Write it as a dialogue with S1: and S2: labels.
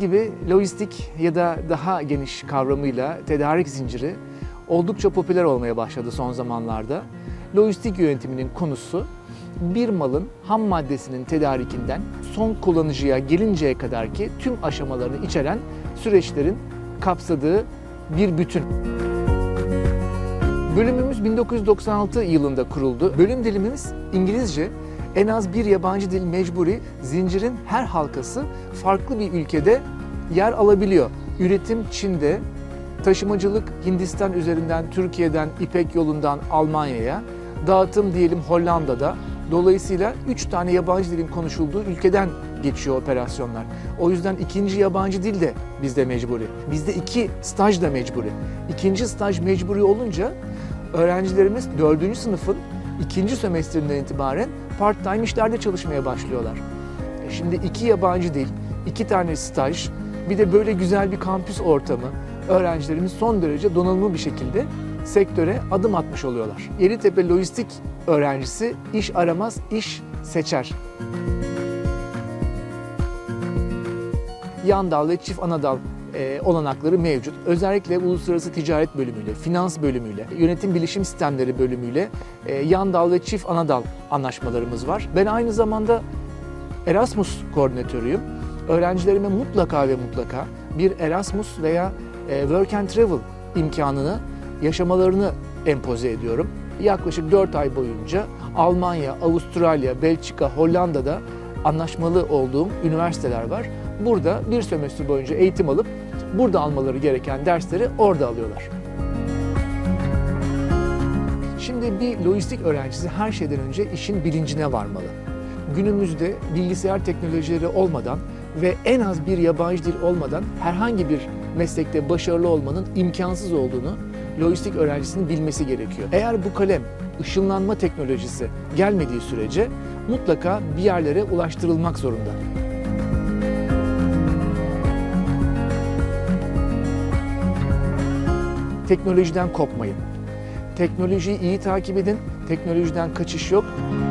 S1: gibi lojistik ya da daha geniş kavramıyla tedarik zinciri oldukça popüler olmaya başladı son zamanlarda. Lojistik yönetiminin konusu bir malın ham maddesinin tedarikinden son kullanıcıya gelinceye kadar ki tüm aşamalarını içeren süreçlerin kapsadığı bir bütün. Bölümümüz 1996 yılında kuruldu. Bölüm dilimimiz İngilizce. En az bir yabancı dil mecburi, zincirin her halkası farklı bir ülkede yer alabiliyor. Üretim Çin'de, taşımacılık Hindistan üzerinden, Türkiye'den, İpek yolundan Almanya'ya, dağıtım diyelim Hollanda'da. Dolayısıyla 3 tane yabancı dilin konuşulduğu ülkeden geçiyor operasyonlar. O yüzden ikinci yabancı dil de bizde mecburi. Bizde 2 staj da mecburi. İkinci staj mecburi olunca öğrencilerimiz 4. sınıfın 2. sömestrinden itibaren part-time işlerde çalışmaya başlıyorlar. Şimdi 2 yabancı dil, 2 tane staj, bir de böyle güzel bir kampüs ortamı, öğrencilerimiz son derece donanımlı bir şekilde sektöre adım atmış oluyorlar. Yeditepe Lojistik öğrencisi iş aramaz, iş seçer. Yan dal ve çift ana dal olanakları mevcut. Özellikle uluslararası ticaret bölümüyle, finans bölümüyle, yönetim bilişim sistemleri bölümüyle yan dal ve çift ana dal anlaşmalarımız var. Ben aynı zamanda Erasmus koordinatörüyüm. Öğrencilerime mutlaka ve mutlaka bir Erasmus veya Work and Travel imkanını yaşamalarını empoze ediyorum. Yaklaşık 4 ay boyunca Almanya, Avustralya, Belçika, Hollanda'da anlaşmalı olduğum üniversiteler var. Burada bir sömestr boyunca eğitim alıp burada almaları gereken dersleri orada alıyorlar. Şimdi bir lojistik öğrencisi her şeyden önce işin bilincine varmalı. Günümüzde bilgisayar teknolojileri olmadan ve en az bir yabancı dil olmadan herhangi bir meslekte başarılı olmanın imkansız olduğunu lojistik öğrencisinin bilmesi gerekiyor. Eğer bu kalem ışınlanma teknolojisi gelmediği sürece mutlaka bir yerlere ulaştırılmak zorunda. Teknolojiden kopmayın. Teknolojiyi iyi takip edin. Teknolojiden kaçış yok.